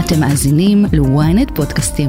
אתם מאזינים ל-ynet פודקאסטים.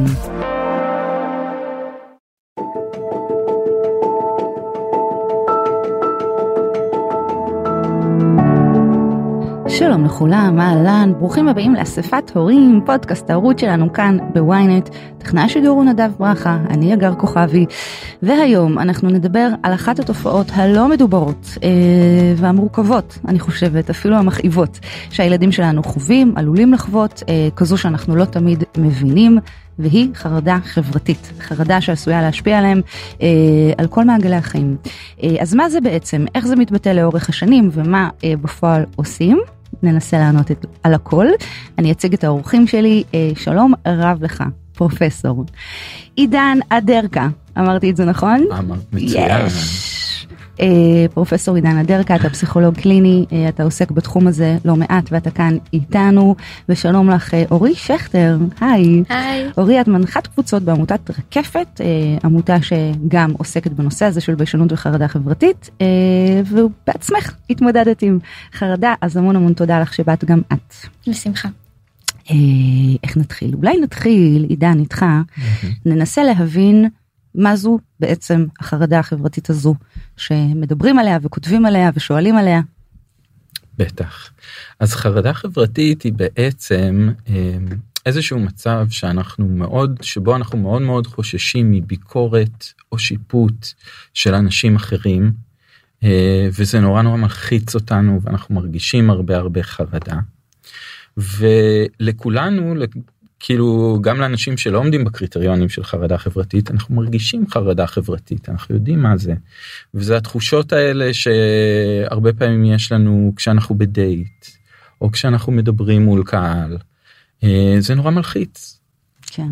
שלום לכולם, אהלן, ברוכים הבאים לאספת הורים, פודקאסט ההורות שלנו כאן ב-ynet. טכנאי השידור הוא נדב ברכה, אני אגר כוכבי, והיום אנחנו נדבר על אחת התופעות הלא מדוברות והמורכבות, אני חושבת, אפילו המכאיבות, שהילדים שלנו חווים, עלולים לחוות, כזו שאנחנו לא תמיד מבינים, והיא חרדה חברתית, חרדה שעשויה להשפיע עליהם על כל מעגלי החיים. אז מה זה בעצם? איך זה מתבטא לאורך השנים ומה בפועל עושים? ננסה לענות על הכל. אני אציג את האורחים שלי. שלום רב לך, פרופסור עידן אדרקה. אמרתי את זה נכון? אמרת מצוין. פרופסור עידן אדרקה, אתה פסיכולוג קליני, אתה עוסק בתחום הזה לא מעט ואתה כאן איתנו, ושלום לך אורי שכטר, היי. היי. אורי, את מנחת קבוצות בעמותת רקפת, עמותה שגם עוסקת בנושא הזה של ביישנות וחרדה חברתית, ובעצמך התמודדת עם חרדה, אז המון תודה לך שבאת גם את. בשמחה. איך נתחיל? אולי נתחיל, עידן, איתך, ננסה להבין מה זו בעצם החרדה החברתית הזו, שמדברים עליה וכותבים עליה ושואלים עליה? בטח. אז חרדה חברתית היא בעצם איזשהו מצב שבו אנחנו מאוד מאוד חוששים מביקורת או שיפוט של אנשים אחרים, וזה נורא נורא מלחיץ אותנו, ואנחנו מרגישים הרבה חרדה. ולכולנו, כאילו גם לאנשים שלא עומדים בקריטריונים של חרדה חברתית, אנחנו מרגישים חרדה חברתית, אנחנו יודעים מה זה. וזה התחושות האלה שהרבה פעמים יש לנו כשאנחנו בדייט, או כשאנחנו מדברים מול קהל. זה נורא מלחיץ. כן.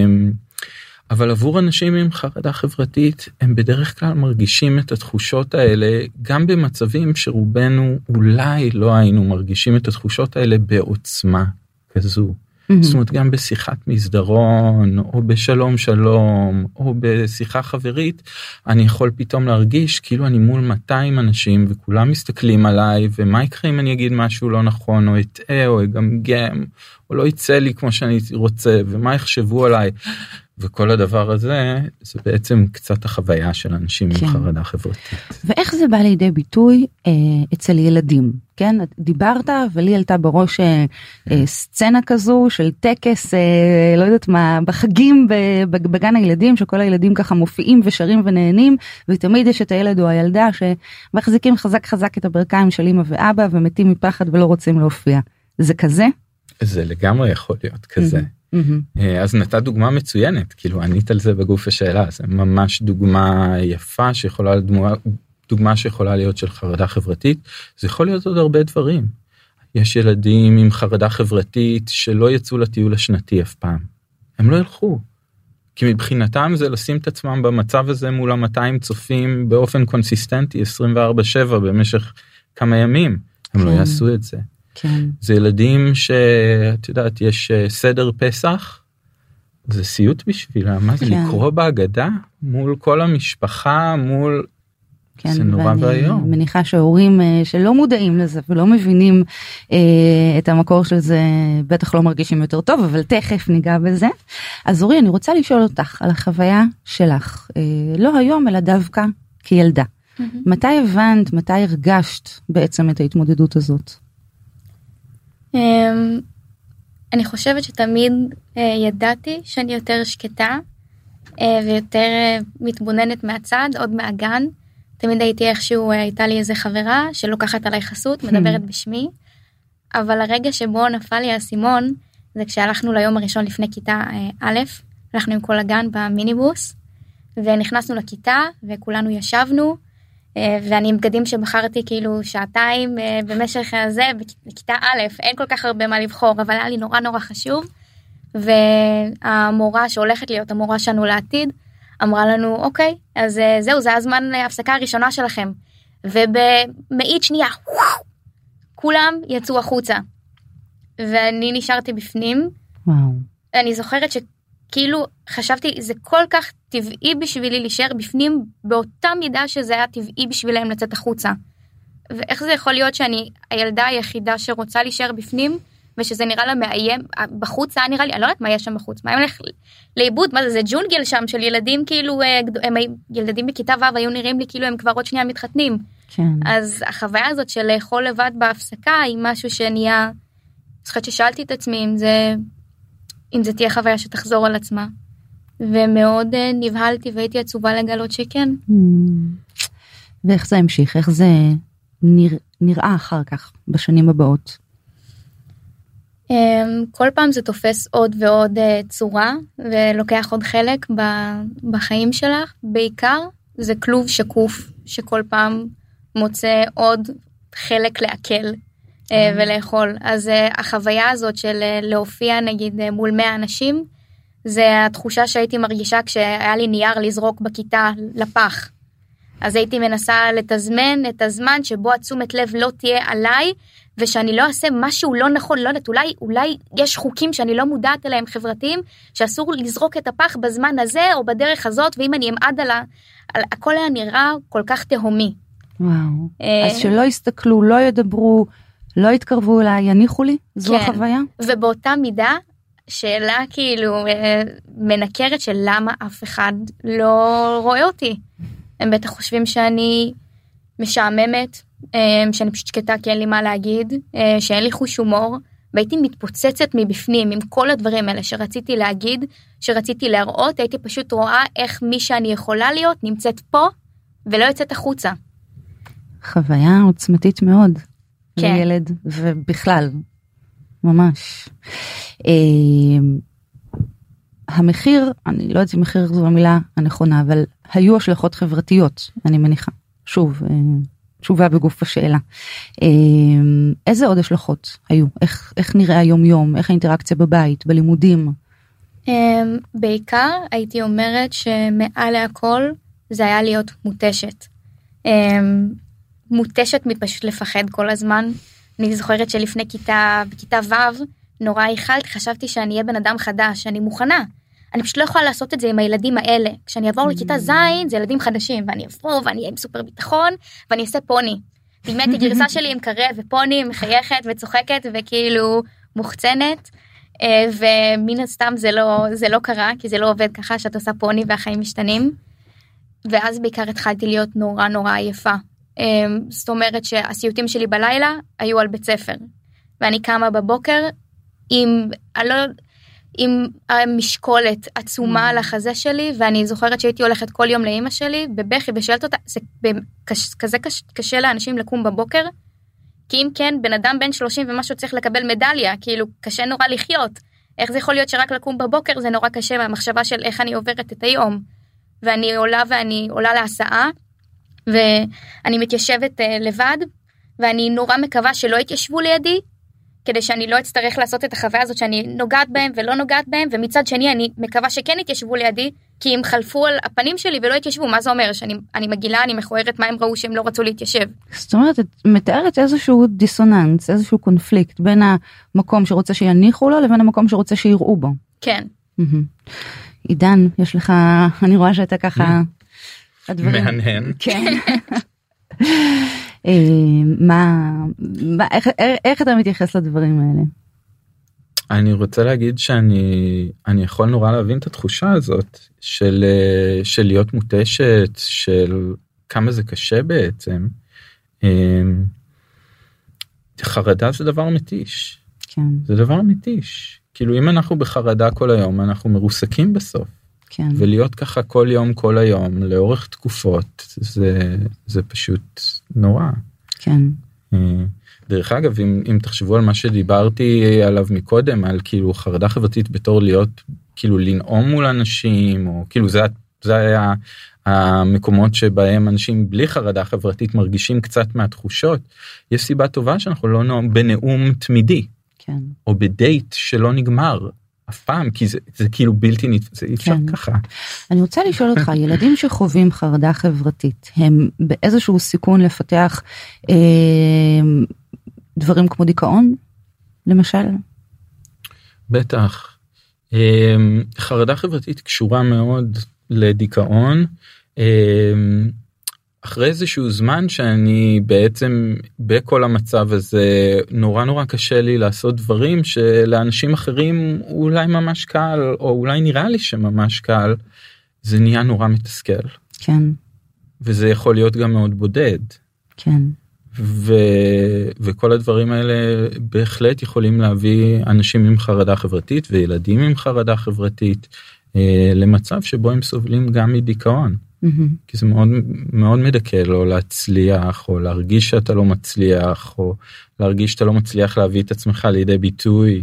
אבל עבור אנשים עם חרדה חברתית, הם בדרך כלל מרגישים את התחושות האלה, גם במצבים שרובנו אולי לא היינו מרגישים את התחושות האלה בעוצמה כזו. זאת אומרת, גם בשיחת מסדרון, או בשלום שלום, או בשיחה חברית, אני יכול פתאום להרגיש כאילו אני מול 200 אנשים, וכולם מסתכלים עליי, ומה יקרה אם אני אגיד משהו לא נכון, או אטעה, או אגמגם, או לא יצא לי כמו שאני רוצה, ומה יחשבו עליי. וכל הדבר הזה, זה בעצם קצת החוויה של אנשים עם חרדה חברתית. ואיך זה בא לידי ביטוי אצל ילדים? כן, דיברת, ולי עלתה בראש סצנה כזו של טקס, לא יודעת מה, בחגים בגן הילדים, שכל הילדים ככה מופיעים ושרים ונהנים, ותמיד יש את הילד או הילדה שמחזיקים חזק את הברכיים של אמא ואבא, ומתים מפחד ולא רוצים להופיע. זה כזה? זה לגמרי יכול להיות כזה. אז נתת דוגמה מצוינת, כאילו ענית על זה בגוף השאלה, זה ממש דוגמה יפה דוגמה שיכולה להיות של חרדה חברתית. זה יכול להיות עוד הרבה דברים. יש ילדים עם חרדה חברתית שלא יצאו לטיול השנתי אף פעם. הם לא ילכו. כי מבחינתם זה לשים את עצמם במצב הזה מול 200 צופים באופן קונסיסטנטי 24/7 במשך כמה ימים. הם לא יעשו את זה. כן. זה ילדים שאת יודעת, יש סדר פסח, זה סיוט בשבילה, מה זה לקרוא בהגדה מול כל המשפחה, מול... כן, זה נורא והיום. ואני מניחה שההורים שלא מודעים לזה ולא מבינים את המקור של זה, בטח לא מרגישים יותר טוב, אבל תכף ניגע בזה. אז אורי, אני רוצה לשאול אותך על החוויה שלך, לא היום אלא דווקא כילדה. מתי הבנת, מתי הרגשת בעצם את ההתמודדות הזאת? אני חושבת שתמיד ידעתי שאני יותר שקטה ויותר מתבוננת מהצד, עוד מהגן. תמיד הייתי איכשהו, הייתה לי איזה חברה שלוקחת עליי חסות, מדברת בשמי, אבל הרגע שבו נפל לי האסימון, זה כשהלכנו ליום הראשון לפני כיתה א', הלכנו עם כל הגן במיניבוס, ונכנסנו לכיתה וכולנו ישבנו, ואני עם בגדים שבחרתי כאילו שעתיים במשך הזה, בכיתה א', אין כל כך הרבה מה לבחור, אבל היה לי נורא נורא חשוב, והמורה שהולכת להיות המורה שלנו לעתיד, אמרה לנו, אוקיי, אז זהו, זה הזמן ההפסקה הראשונה שלכם, ובמאית שנייה, כולם יצאו החוצה, ואני נשארתי בפנים, וואו. אני זוכרת כאילו חשבתי, זה כל כך טבעי בשבילי להישאר בפנים, באותה מידה שזה היה טבעי בשבילהם לצאת החוצה. ואיך זה יכול להיות שאני הילדה היחידה שרוצה להישאר בפנים, ושזה נראה לה מאיים, בחוץ היה נראה לי, אני לא יודעת מה יש שם בחוץ, מה הם הולך לאיבוד, מה זה ג'ונגל שם של ילדים כאילו, ילדים בכיתה ו' היו נראים לי כאילו הם כבר עוד שנייה מתחתנים. כן. אז החוויה הזאת של לאכול לבד בהפסקה היא משהו שנהיה, זוכרת ששאלתי את עצמי אם זה תהיה חוויה שתחזור על עצמה, ומאוד נבהלתי והייתי עצובה לגלות שכן. ואיך זה המשיך? איך זה נראה אחר כך בשנים הבאות? כל פעם זה תופס עוד ועוד צורה, ולוקח עוד חלק בחיים שלך. בעיקר זה כלוב שקוף, שכל פעם מוצא עוד חלק לעכל ולאכול. אז החוויה הזאת של להופיע נגיד מול 100 אנשים, זה התחושה שהייתי מרגישה כשהיה לי נייר לזרוק בכיתה לפח. אז הייתי מנסה לתזמן את הזמן שבו התשומת לב לא תהיה עליי, ושאני לא אעשה משהו לא נכון, לא יודעת, אולי יש חוקים שאני לא מודעת אליהם חברתיים, שאסור לזרוק את הפח בזמן הזה או בדרך הזאת, ואם אני אמעד הכל היה נראה כל כך תהומי. וואו, אז שלא יסתכלו, לא ידברו, לא יתקרבו אליי, יניחו לי, זו החוויה? ובאותה מידה, שאלה כאילו מנקרת של למה אף אחד לא רואה אותי. הם בטח חושבים שאני משעממת, שאני פשוט שקטה כי אין לי מה להגיד, שאין לי חוש הומור, והייתי מתפוצצת מבפנים עם כל הדברים האלה שרציתי להגיד, שרציתי להראות, הייתי פשוט רואה איך מי שאני יכולה להיות נמצאת פה, ולא יוצאת החוצה. חוויה עוצמתית מאוד, כן. לילד, ובכלל, ממש. המחיר, אני לא יודעת אם מחיר זו המילה הנכונה, אבל היו השלכות חברתיות, אני מניחה. שוב, תשובה בגוף השאלה. איזה עוד השלכות היו? איך נראה היום-יום? איך האינטראקציה בבית, בלימודים? בעיקר הייתי אומרת שמעל להכל זה היה להיות מותשת. מותשת מפשוט לפחד כל הזמן. אני זוכרת שלפני בכיתה ו' נורא ייחלתי, חשבתי שאני אהיה בן אדם חדש, אני מוכנה. אני פשוט לא יכולה לעשות את זה עם הילדים האלה. כשאני אעבור לכיתה ז' זה ילדים חדשים, ואני אעבור ואני אהיה עם סופר ביטחון, ואני אעשה פוני. באמת הגרסה שלי עם קרב ופוני, מחייכת וצוחקת וכאילו מוחצנת, ומן הסתם זה לא קרה, כי זה לא עובד ככה שאת עושה פוני והחיים משתנים. ואז בעיקר התחלתי להיות נורא נורא עייפה. זאת אומרת שהסיוטים שלי בלילה היו על בית ספר. ואני קמה בבוקר עם המשקולת עצומה על החזה שלי, ואני זוכרת שהייתי הולכת כל יום לאמא שלי, בבכי, ושאלת אותה, זה כזה קשה לאנשים לקום בבוקר, כי אם כן, בן אדם בן 30 ומשהו צריך לקבל מדליה, כאילו קשה נורא לחיות, איך זה יכול להיות שרק לקום בבוקר זה נורא קשה, מהמחשבה של איך אני עוברת את היום, ואני עולה להסעה, ואני מתיישבת לבד, ואני נורא מקווה שלא יתיישבו לידי, כדי שאני לא אצטרך לעשות את החוויה הזאת שאני נוגעת בהם ולא נוגעת בהם, ומצד שני אני מקווה שכן יתיישבו לידי, כי הם חלפו על הפנים שלי ולא יתיישבו. מה זה אומר? שאני מגילה, אני מכוערת, מה הם ראו שהם לא רצו להתיישב? זאת אומרת, את מתארת איזשהו דיסוננס, איזשהו קונפליקט, בין המקום שרוצה שיניחו לו, לבין המקום שרוצה שיראו בו. כן. עידן, יש לך, אני רואה שאתה ככה... מהנהן. כן. איך אתה מתייחס לדברים האלה? אני רוצה להגיד שאני יכול נורא להבין את התחושה הזאת של להיות מותשת, של כמה זה קשה בעצם. חרדה זה דבר מתיש. כן. זה דבר מתיש. כאילו אם אנחנו בחרדה כל היום, אנחנו מרוסקים בסוף. כן. ולהיות ככה כל יום, כל היום, לאורך תקופות, זה פשוט נורא. כן. דרך אגב, אם תחשבו על מה שדיברתי עליו מקודם, על כאילו חרדה חברתית בתור להיות, כאילו לנאום מול אנשים, או כאילו זה היה המקומות שבהם אנשים בלי חרדה חברתית מרגישים קצת מהתחושות, יש סיבה טובה שאנחנו לא נאום בנאום תמידי. כן. או בדייט שלא נגמר. אף פעם, כי זה כאילו בלתי נתפס, אי אפשר ככה. אני רוצה לשאול אותך, ילדים שחווים חרדה חברתית, הם באיזשהו סיכון לפתח דברים כמו דיכאון, למשל? בטח. חרדה חברתית קשורה מאוד לדיכאון. אחרי איזשהו זמן שאני בעצם בכל המצב הזה נורא קשה לי לעשות דברים שלאנשים אחרים אולי ממש קל, או אולי נראה לי שממש קל, זה נהיה נורא מתסכל. כן. וזה יכול להיות גם מאוד בודד. כן. וכל הדברים האלה בהחלט יכולים להביא אנשים עם חרדה חברתית וילדים עם חרדה חברתית למצב שבו הם סובלים גם מדיכאון. כי זה מאוד מאוד מדכא לא להצליח, או להרגיש שאתה לא מצליח, או להרגיש שאתה לא מצליח להביא את עצמך לידי ביטוי.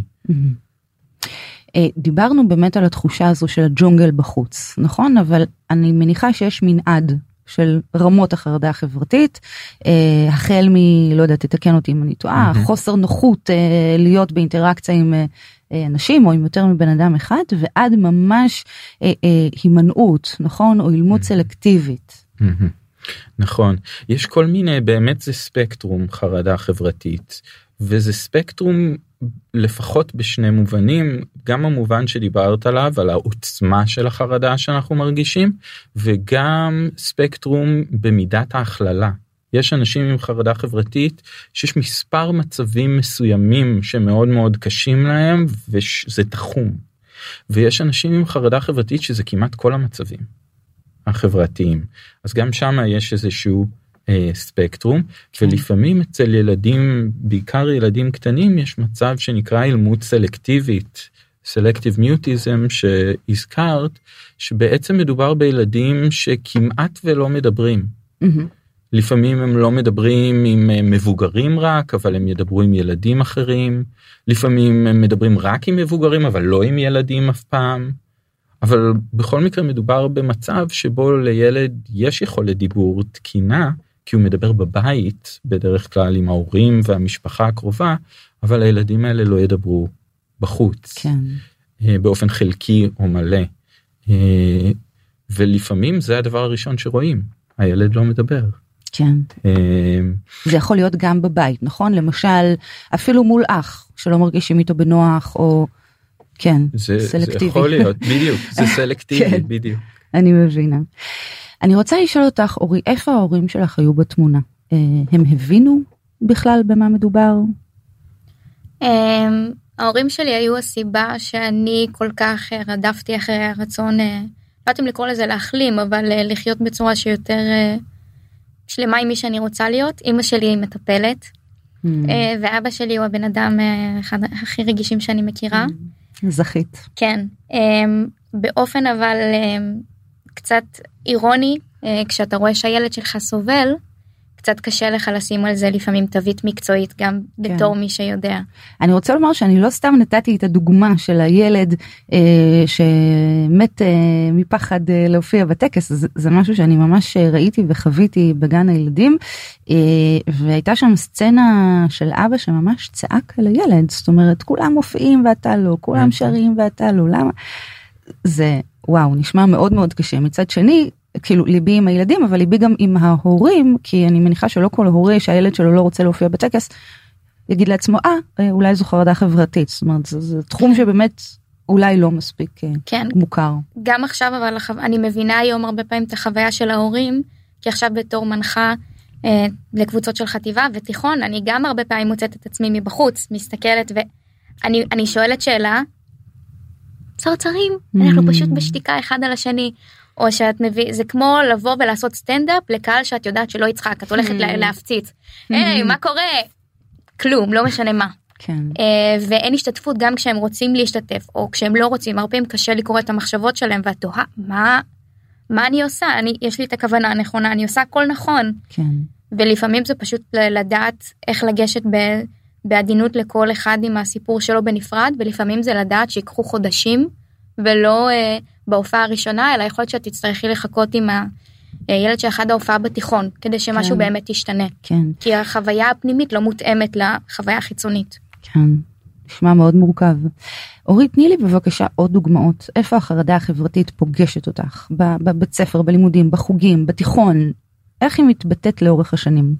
דיברנו באמת על התחושה הזו של הג'ונגל בחוץ, נכון? אבל אני מניחה שיש מנעד של רמות החרדה החברתית, החל לא יודעת, תתקן אותי אם אני טועה, חוסר נוחות להיות באינטראקציה עם אנשים או עם יותר מבן אדם אחד, ועד ממש הימנעות, נכון? או אילמות סלקטיבית. נכון. יש כל מיני, באמת זה ספקטרום חרדה חברתית, וזה ספקטרום לפחות בשני מובנים, גם המובן שדיברת עליו, על העוצמה של החרדה שאנחנו מרגישים, וגם ספקטרום במידת ההכללה. יש אנשים עם חרדה חברתית שיש מספר מצבים מסוימים שמאוד מאוד קשים להם, וזה תחום. ויש אנשים עם חרדה חברתית שזה כמעט כל המצבים החברתיים. אז גם שם יש איזשהו ספקטרום, ולפעמים אצל ילדים, בעיקר ילדים קטנים, יש מצב שנקרא אילמות סלקטיבית, סלקטיב מיוטיזם שהזכרת, שבעצם מדובר בילדים שכמעט ולא מדברים. לפעמים הם לא מדברים עם מבוגרים רק, אבל הם ידברו עם ילדים אחרים. לפעמים הם מדברים רק עם מבוגרים, אבל לא עם ילדים אף פעם. אבל בכל מקרה מדובר במצב שבו לילד יש יכולת דיבור תקינה, כי הוא מדבר בבית, בדרך כלל עם ההורים והמשפחה הקרובה, אבל הילדים האלה לא ידברו בחוץ. כן. באופן חלקי או מלא. ולפעמים זה הדבר הראשון שרואים. הילד לא מדבר. כן. זה יכול להיות גם בבית, נכון? למשל, אפילו מול אח, שלא מרגישים איתו בנוח, או כן, סלקטיבי. זה יכול להיות, בדיוק, זה סלקטיבי, בדיוק. אני מבינה. אני רוצה לשאול אותך, אורי, איפה ההורים שלך היו בתמונה? הם הבינו בכלל במה מדובר? ההורים שלי היו הסיבה שאני כל כך רדפתי אחרי הרצון, לא יודעת אם לקרוא לזה להחלים, אבל לחיות בצורה שיותר שלמה עם מי שאני רוצה להיות. אמא שלי היא מטפלת, ואבא שלי הוא הבן אדם אחד הכי רגישים שאני מכירה. זכית. כן, באופן אבל קצת אירוני, כשאתה רואה שהילד שלך סובל, קצת קשה לך לשים על זה לפעמים תווית מקצועית, גם בתור מי שיודע. אני רוצה לומר שאני לא סתם נתתי את הדוגמה של הילד שמת מפחד להופיע בטקס, זה משהו שאני ממש ראיתי וחוויתי בגן הילדים, והייתה שם סצנה של אבא שממש צעק על הילד, זאת אומרת כולם מופיעים ואתה לא, כולם שרים ואתה לא, למה? זה וואו, נשמע מאוד מאוד קשה. מצד שני, כאילו ליבי עם הילדים, אבל ליבי גם עם ההורים, כי אני מניחה שלא כל הורה שהילד שלו לא רוצה להופיע בטקס, יגיד לעצמו, אולי זו חרדה חברתית. זאת אומרת, זה תחום שבאמת אולי לא מספיק כן. מוכר. גם עכשיו, אבל אני מבינה היום הרבה פעמים את החוויה של ההורים, כי עכשיו בתור מנחה לקבוצות של חטיבה ותיכון, אני גם הרבה פעמים מוצאת את עצמי מבחוץ, מסתכלת, ואני שואלת שאלה, צרצרים, אנחנו פשוט בשתיקה אחד על השני, או שאת מביא, זה כמו לבוא ולעשות סטנדאפ לקהל שאת יודעת שלא יצחק, את הולכת להפציץ. היי, מה קורה? כלום, לא משנה מה. כן. ואין השתתפות גם כשהם רוצים להשתתף, או כשהם לא רוצים, הרבה פעמים קשה לקרוא את המחשבות שלהם, ואת תוהה, מה אני עושה? יש לי את הכוונה הנכונה, אני עושה הכל נכון. כן. ולפעמים זה פשוט לדעת איך לגשת בעדינות לכל אחד עם הסיפור שלו בנפרד, ולפעמים זה לדעת שיקחו חודשים, ולא בהופעה הראשונה, אלא יכול להיות שאת תצטרכי לחכות עם הילד שאחד ההופעה בתיכון, כדי שמשהו באמת ישתנה. כן. כי החוויה הפנימית לא מותאמת לחוויה החיצונית. כן, נשמע מאוד מורכב. אורית, תני לי בבקשה עוד דוגמאות, איפה החרדה החברתית פוגשת אותך? בבית ספר, בלימודים, בחוגים, בתיכון, איך היא מתבטאת לאורך השנים?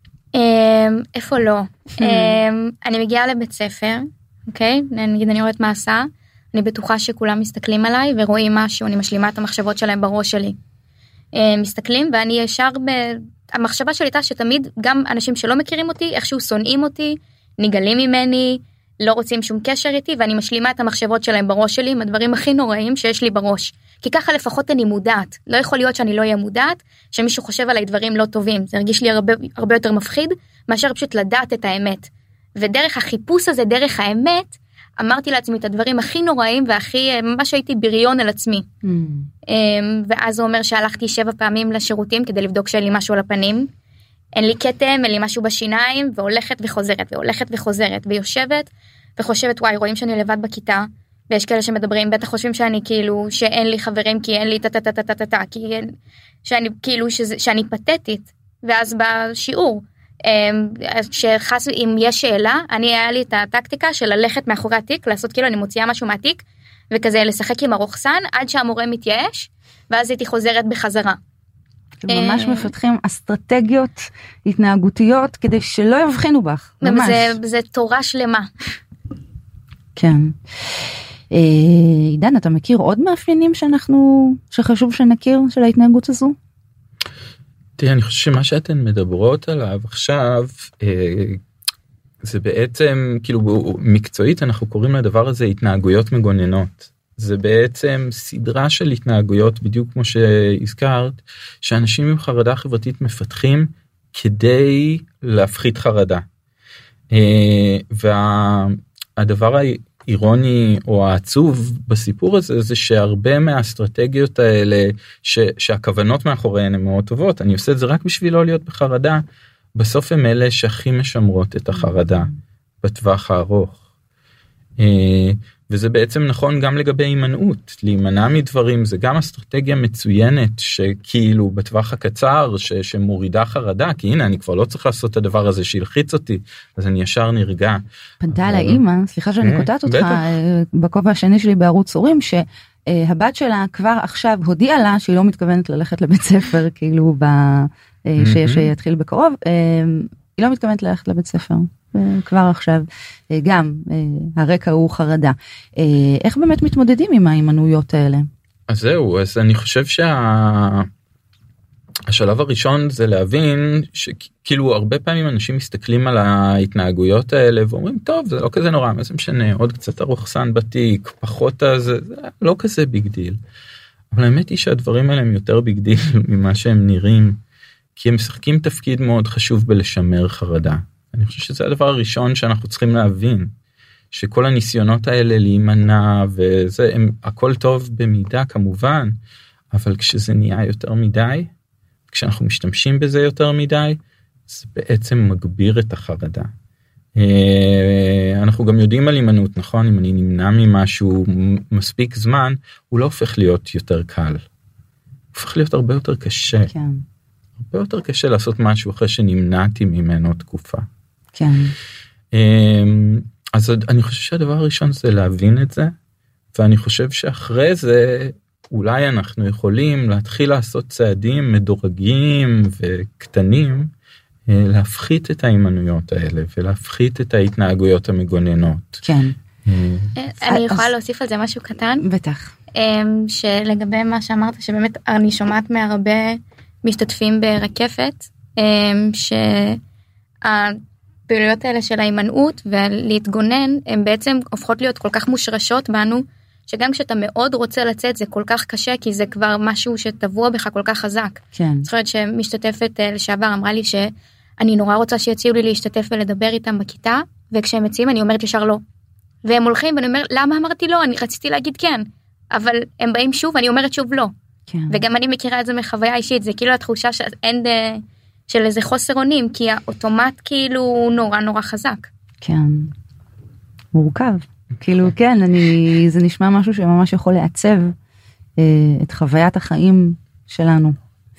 איפה לא? אני מגיעה לבית ספר, אוקיי? נגיד אני רואה את מעשה, אני בטוחה שכולם מסתכלים עליי ורואים משהו, אני משלימה את המחשבות שלהם בראש שלי. מסתכלים, ואני ישר, המחשבה שלי הייתה שתמיד גם אנשים שלא מכירים אותי, איכשהו שונאים אותי, נגלים ממני, לא רוצים שום קשר איתי, ואני משלימה את המחשבות שלהם בראש שלי, עם הדברים הכי נוראים שיש לי בראש. כי ככה לפחות אני מודעת. לא יכול להיות שאני לא אהיה מודעת, שמישהו חושב עליי דברים לא טובים. זה הרגיש לי הרבה יותר מפחיד, מאשר פשוט לדעת את האמת. ודרך החיפוש הזה, דרך האמת, אמרתי לעצמי את הדברים הכי נוראים, והכי, ממש הייתי בריון על עצמי. ואז הוא אומר שהלכתי 7 פעמים לשירותים, כדי לבדוק שאין לי משהו על הפנים. אין לי כתם, אין לי משהו בשיניים, והולכת וחוזרת, והולכת וחוזרת, ויושבת, וחושבת, וואי, רואים שאני לבד בכיתה, ויש כאלה שמדברים, בטח חושבים שאני כאילו, שאין לי חברים, כי אין לי טה-טה-טה-טה-טה-טה, כי שאני כאילו, שאני פתטית, ואז בשיעור, שחס, אם יש שאלה, היה לי את הטקטיקה של ללכת מאחורי התיק, לעשות כאילו אני מוציאה משהו מהתיק, וכזה לשחק עם הרוחסן, עד שהמורה מתייאש, ואז הייתי חוזרת בחזרה. ממש מפתחים אסטרטגיות התנהגותיות, כדי שלא יבחינו בך, ממש. זה תורה שלמה. כן. עידן, אתה מכיר עוד מאפיינים שחשוב שנכיר של ההתנהגות הזו? תראה, אני חושב שמה שאתן מדברות עליו עכשיו, זה בעצם, כאילו מקצועית אנחנו קוראים לדבר הזה התנהגויות מגוננות. זה בעצם סדרה של התנהגויות, בדיוק כמו שהזכרת, שאנשים עם חרדה חברתית מפתחים כדי להפחית חרדה. והדבר האירוני או העצוב בסיפור הזה, זה שהרבה מהאסטרטגיות האלה, שהכוונות מאחוריהן הן מאוד טובות, אני עושה את זה רק בשביל לא להיות בחרדה, בסוף הם אלה שהכי משמרות את החרדה בטווח הארוך. וזה בעצם נכון גם לגבי הימנעות, להימנע מדברים, זה גם אסטרטגיה מצוינת, שכאילו בטווח הקצר, שמורידה חרדה, כי הנה אני כבר לא צריך לעשות את הדבר הזה שילחיץ אותי, אז אני ישר נרגע. פנתה על האמא, סליחה שאני קוטעת אותך, בכובע השני שלי בערוץ הורים, שהבת שלה כבר עכשיו הודיעה לה, שהיא לא מתכוונת ללכת לבית ספר, כאילו שיתחיל בקרוב, היא לא מתכוונת ללכת לבית ספר. כבר עכשיו, גם הרקע הוא חרדה. איך באמת מתמודדים עם ההימנעויות האלה? אז זהו, אז אני חושב שהשלב הראשון זה להבין שכאילו הרבה פעמים אנשים מסתכלים על ההתנהגויות האלה ואומרים, טוב, זה לא כזה נורא, מה זה משנה, עוד קצת הרוחסן בתיק, פחות זה לא כזה ביג דיל. אבל האמת היא שהדברים האלה הם יותר ביג דיל ממה שהם נראים, כי הם משחקים תפקיד מאוד חשוב בלשמר חרדה. אני חושב שזה הדבר הראשון שאנחנו צריכים להבין, שכל הניסיונות האלה להימנע וזה, הכל טוב במידה כמובן, אבל כשזה נהיה יותר מדי, כשאנחנו משתמשים בזה יותר מדי, זה בעצם מגביר את החרדה. אנחנו גם יודעים על הימנעות, נכון? אם אני נמנע ממשהו מספיק זמן, הוא לא הופך להיות יותר קל. הוא הופך להיות הרבה יותר קשה. כן. הרבה יותר קשה לעשות משהו אחרי שנמנעתי ממנו תקופה. כן. אז אני חושב שהדבר הראשון זה להבין את זה, ואני חושב שאחרי זה אולי אנחנו יכולים להתחיל לעשות צעדים מדורגים וקטנים, להפחית את ההימנעויות האלה, ולהפחית את ההתנהגויות המגוננות. כן. אני יכולה להוסיף על זה משהו קטן? בטח. שלגבי מה שאמרת, שבאמת אני שומעת מהרבה משתתפים ברקפת, שהפעילויות האלה של ההימנעות ולהתגונן, הן בעצם הופכות להיות כל כך מושרשות בנו, שגם כשאתה מאוד רוצה לצאת זה כל כך קשה, כי זה כבר משהו שטבוע בך כל כך חזק. כן. זוכרת שמשתתפת לשעבר אמרה לי שאני נורא רוצה שיציעו לי להשתתף ולדבר איתם בכיתה, וכשהם מציעים אני אומרת ישר לא. והם הולכים ואני אומר, למה אמרתי לא? אני רציתי להגיד כן. אבל הם באים שוב ואני אומרת שוב לא. כן. וגם אני מכירה את זה מחוויה אישית, זה כאילו התחושה שאין של איזה חוסר אונים, כי האוטומט כאילו נורא נורא חזק. כן. מורכב. כאילו כן, זה נשמע משהו שממש יכול לעצב את חוויית החיים שלנו.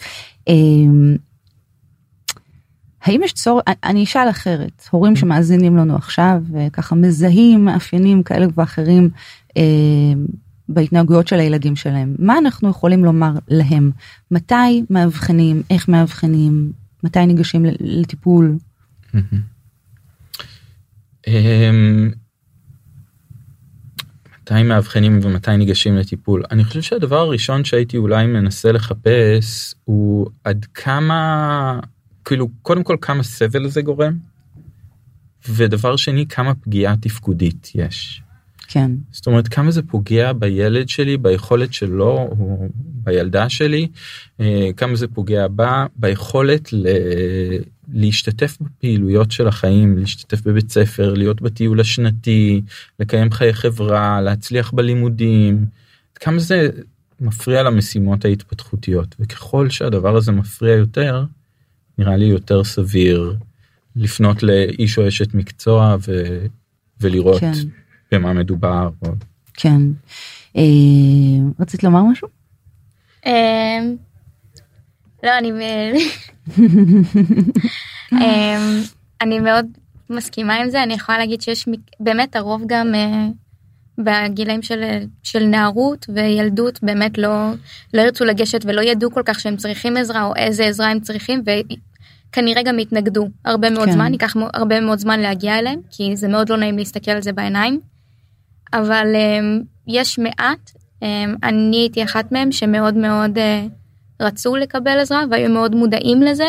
האם יש צורך, אני אשאל אחרת, הורים שמאזינים לנו עכשיו, וככה מזהים מאפיינים כאלה ואחרים בהתנהגויות של הילדים שלהם. מה אנחנו יכולים לומר להם? מתי מאבחנים, איך מאבחנים, מתי ניגשים לטיפול? מתי מאבחנים ומתי ניגשים לטיפול. אני חושב שהדבר הראשון שהייתי אולי מנסה לחפש הוא עד כמה, כאילו קודם כל כמה סבל זה גורם, ודבר שני כמה פגיעה תפקודית יש. כן. זאת אומרת כמה זה פוגע בילד שלי, ביכולת שלו או בילדה שלי, כמה זה פוגע בה, ביכולת להשתתף בפעילויות של החיים, להשתתף בבית ספר, להיות בטיול השנתי, לקיים חיי חברה, להצליח בלימודים, כמה זה מפריע למשימות ההתפתחותיות, וככל שהדבר הזה מפריע יותר, נראה לי יותר סביר לפנות לאיש או אשת מקצוע ולראות כן. במה מדובר. כן. רצית לומר משהו? לא, אני מאוד מסכימה עם זה. אני יכולה להגיד שיש באמת הרוב גם בגילאים של נערות וילדות באמת לא ירצו לגשת ולא ידעו כל כך שהם צריכים עזרה או איזה עזרה הם צריכים, וכנראה גם התנגדו הרבה מאוד זמן, ייקח הרבה מאוד זמן להגיע אליהם, כי זה מאוד לא נעים להסתכל על זה בעיניים, אבל יש מעט, אני הייתי אחת מהם שמאוד מאוד רצו לקבל עזרה והיו מאוד מודעים לזה,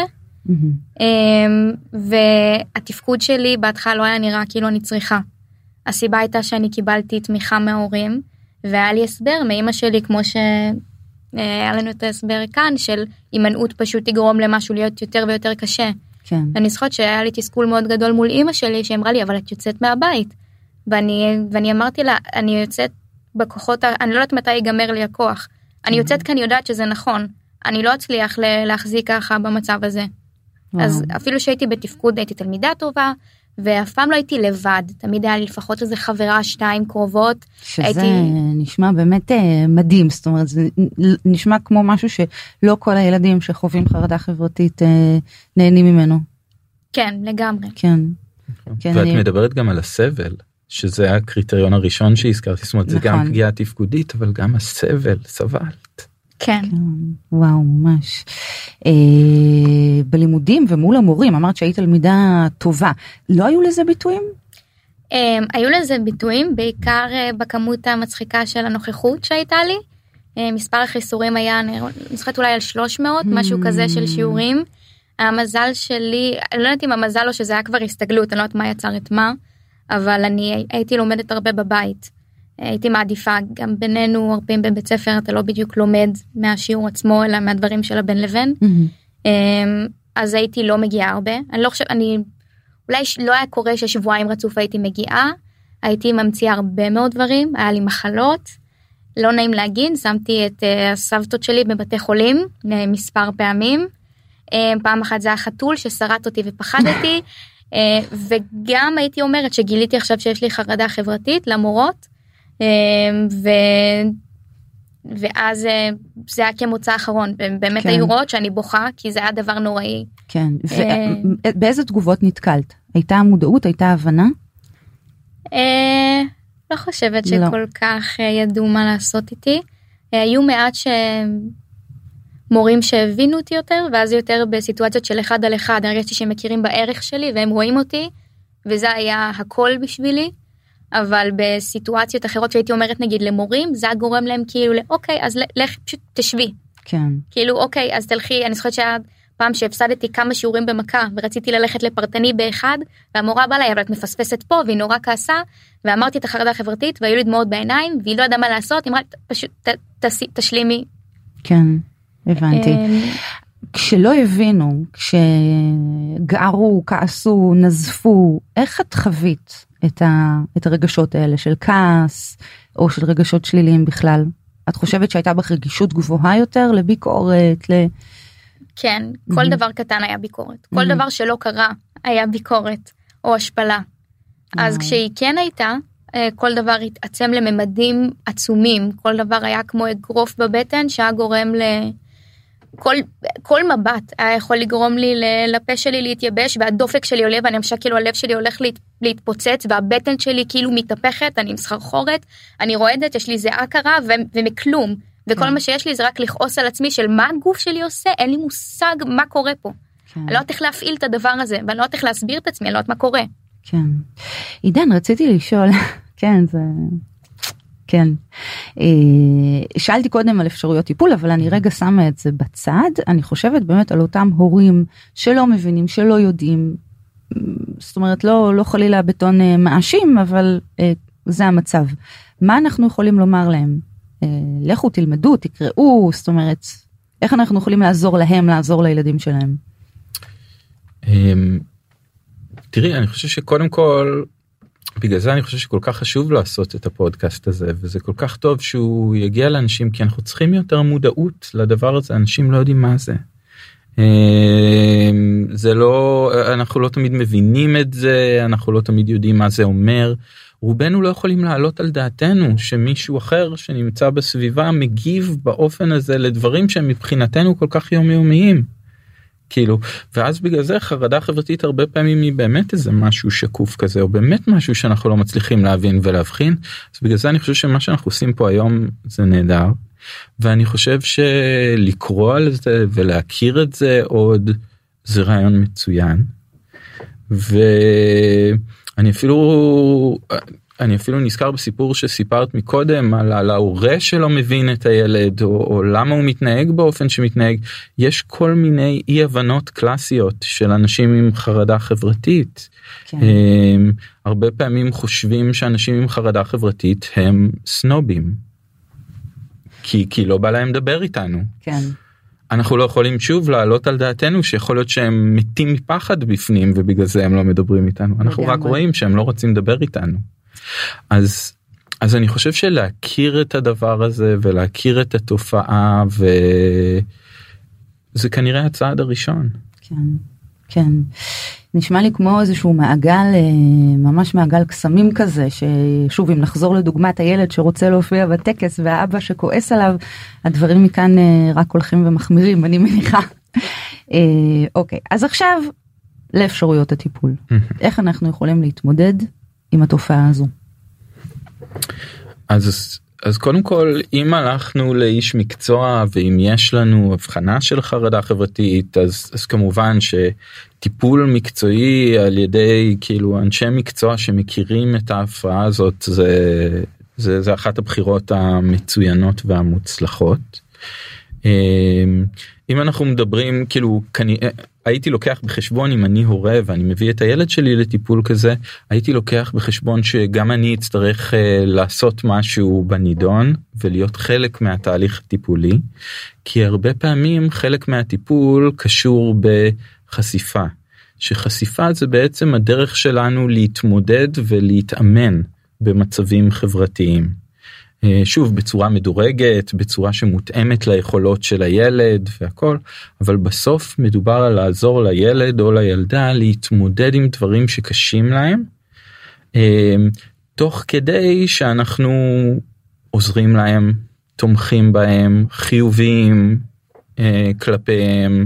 והתפקוד שלי בהתחלה לא היה נראה כאילו אני צריכה. הסיבה הייתה שאני קיבלתי תמיכה מההורים, והיה לי הסבר מאמא שלי, כמו שהיה לנו את ההסבר כאן, של הימנעות פשוט תגרום למשהו להיות יותר ויותר קשה. כן. אני זוכרת שהיה לי תסכול מאוד גדול מול אמא שלי, שאמרה לי, אבל את יוצאת מהבית. ואני אמרתי לה, אני יוצאת בכוחות, אני לא יודעת מתי ייגמר לי הכוח. אני יוצאת כי אני יודעת שזה נכון. אני לא אצליח להחזיק ככה במצב הזה. אז אפילו שהייתי בתפקוד, הייתי תלמידה טובה, ואף פעם לא הייתי לבד, תמיד היה לי לפחות איזה חברה 2 קרובות. שזה נשמע באמת מדהים, זאת אומרת, זה נשמע כמו משהו שלא כל הילדים שחווים חרדה חברתית נהנים ממנו. כן, לגמרי. כן. ואת מדברת גם על הסבל, שזה הקריטריון הראשון שהזכרתי, זאת אומרת, זה גם פגיעה תפקודית, אבל גם הסבל, סבלת. כן. וואו, ממש. בלימודים ומול המורים, אמרת שהיית תלמידה טובה, לא היו לזה ביטויים? היו לזה ביטויים, בעיקר בכמות המצחיקה של הנוכחות שהייתה לי. מספר החיסורים היה, אני זוכרת אולי על 300, משהו כזה של שיעורים. המזל שלי, אני לא יודעת אם המזל או שזה היה כבר הסתגלות, אני לא יודעת מה יצר את מה, אבל אני הייתי לומדת הרבה בבית. הייתי מעדיפה, גם בינינו הרבה בבית ספר, אתה לא בדיוק לומד מהשיעור עצמו, אלא מהדברים של הבן לבן. אז הייתי לא מגיעה הרבה. אני לא חושב, אולי לא היה קורה ששבועיים רצוף הייתי מגיעה, הייתי ממציאה הרבה מאוד דברים, היה לי מחלות, לא נעים להגיד, שמתי את הסבתות שלי בבתי חולים, מספר פעמים, פעם אחת זה החתול ששרט אותי ופחדתי, וגם הייתי אומרת שגיליתי עכשיו שיש לי חרדה חברתית למורות, ואז זה היה כמוצא האחרון, באמת היו רואות שאני בוכה, כי זה היה דבר נוראי. כן, ובאיזה תגובות נתקלת? הייתה מודעות, הייתה הבנה? לא חושבת שכל כך ידעו מה לעשות איתי. היו מעט מורים שהבינו אותי יותר, ואז יותר בסיטואציות של 1 על 1, הרגשתי שהם מכירים בערך שלי, והם רואים אותי, וזה היה הכל בשבילי. אבל בסיטואציות אחרות שהייתי אומרת נגיד למורים, זה גורם להם כאילו, אוקיי, אז לך פשוט תשבי. כן. כאילו, אוקיי, אז תלכי, אני זוכרת שהיה פעם שהפסדתי כמה שיעורים במכה, ורציתי ללכת לפרטני באחד, והמורה בא לה, אבל את מפספסת פה, והיא נורא כעסה, ואמרתי את החרדה החברתית, והיו לי דמעות בעיניים, והיא לא ידעה מה לעשות, היא אמרה, פשוט תשלימי. כן, הבנתי. כשלא הבינו, כשגערו, כעסו, נזפו, איך את חווית את הרגשות האלה של כעס, או של רגשות שליליים בכלל? את חושבת שהייתה בך רגישות גבוהה יותר לביקורת? כן, כל דבר קטן היה ביקורת. כל דבר שלא קרה היה ביקורת, או השפלה. אז כשהיא כן הייתה, כל דבר התעצם לממדים עצומים, כל דבר היה כמו אגרוף בבטן, שהיה גורם כל מבט היה יכול לגרום לי לפה שלי להתייבש, והדופק שלי עולה, ואני חושבת כאילו הלב שלי הולך להתפוצץ, והבטן שלי כאילו מתהפכת, אני מסחרחורת, אני רועדת, יש לי זיעה קרה, ומכלום, וכל מה שיש לי זה רק לכעוס על עצמי, של מה הגוף שלי עושה, אין לי מושג מה קורה פה. אני לא יודעת איך להפעיל את הדבר הזה, ואני לא יודעת איך להסביר את עצמי, אני לא יודעת מה קורה. כן. עידן, רציתי לשאול, כן, כן. שאלתי קודם על אפשרויות טיפול, אבל אני רגע שמה את זה בצד. אני חושבת באמת על אותם הורים שלא מבינים, שלא יודעים, זאת אומרת לא חלילה בטון מאשים, אבל זה המצב. מה אנחנו יכולים לומר להם? לכו תלמדו, תקראו, זאת אומרת, איך אנחנו יכולים לעזור להם, לעזור לילדים שלהם? תראי, אני חושב שקודם כל, בגלל זה אני חושב שכל כך חשוב לעשות את הפודקאסט הזה, וזה כל כך טוב שהוא יגיע לאנשים, כי אנחנו צריכים יותר מודעות לדבר הזה, אנשים לא יודעים מה זה. זה לא, אנחנו לא תמיד מבינים את זה, אנחנו לא תמיד יודעים מה זה אומר, רובנו לא יכולים לעלות על דעתנו שמישהו אחר שנמצא בסביבה מגיב באופן הזה לדברים שהם מבחינתנו כל כך יומיומיים. כאילו, ואז בגלל זה חרדה חברתית הרבה פעמים היא באמת איזה משהו שקוף כזה, או באמת משהו שאנחנו לא מצליחים להבין ולהבחין, אז בגלל זה אני חושב שמה שאנחנו עושים פה היום זה נהדר, ואני חושב שלקרוא על זה ולהכיר את זה עוד, זה רעיון מצוין, ואני אפילו נזכר בסיפור שסיפרת מקודם על ההורה שלא מבין את הילד או למה הוא מתנהג באופן שמתנהג. יש כל מיני אי הבנות קלאסיות של אנשים עם חרדה חברתית. כן. הרבה פעמים חושבים שאנשים עם חרדה חברתית הם סנובים. כי לא בא להם לדבר איתנו. כן. אנחנו לא יכולים שוב לעלות על דעתנו שיכול להיות שהם מתים מפחד בפנים ובגלל זה הם לא מדברים איתנו. אנחנו רק רואים שהם לא רוצים לדבר איתנו. אז אני חושב שלהכיר את הדבר הזה ולהכיר את התופעה וזה כנראה הצעד הראשון. כן, כן. נשמע לי כמו איזשהו מעגל, ממש מעגל קסמים כזה, ששוב אם נחזור לדוגמת הילד שרוצה להופיע בטקס והאבא שכועס עליו, הדברים מכאן רק הולכים ומחמירים, אני מניחה. אוקיי, אז עכשיו לאפשרויות הטיפול. איך אנחנו יכולים להתמודד עם התופעה הזו? אז קודם כל, אם הלכנו לאיש מקצוע ואם יש לנו הבחנה של חרדה חברתית, אז כמובן שטיפול מקצועי על ידי כאילו אנשי מקצוע שמכירים את ההפרעה הזאת, זה אחת הבחירות המצוינות והמוצלחות. אם אנחנו מדברים, כאילו, הייתי לוקח בחשבון, אם אני הורה ואני מביא את הילד שלי לטיפול כזה, הייתי לוקח בחשבון שגם אני אצטרך לעשות משהו בנידון, ולהיות חלק מהתהליך הטיפולי, כי הרבה פעמים חלק מהטיפול קשור בחשיפה, שחשיפה זה בעצם הדרך שלנו להתמודד ולהתאמן במצבים חברתיים. שוב, בצורה מדורגת, בצורה שמותאמת ליכולות של הילד והכל, אבל בסוף מדובר על לעזור לילד או לילדה להתמודד עם דברים שקשים להם, תוך כדי שאנחנו עוזרים להם, תומכים בהם, חיוביים כלפיהם.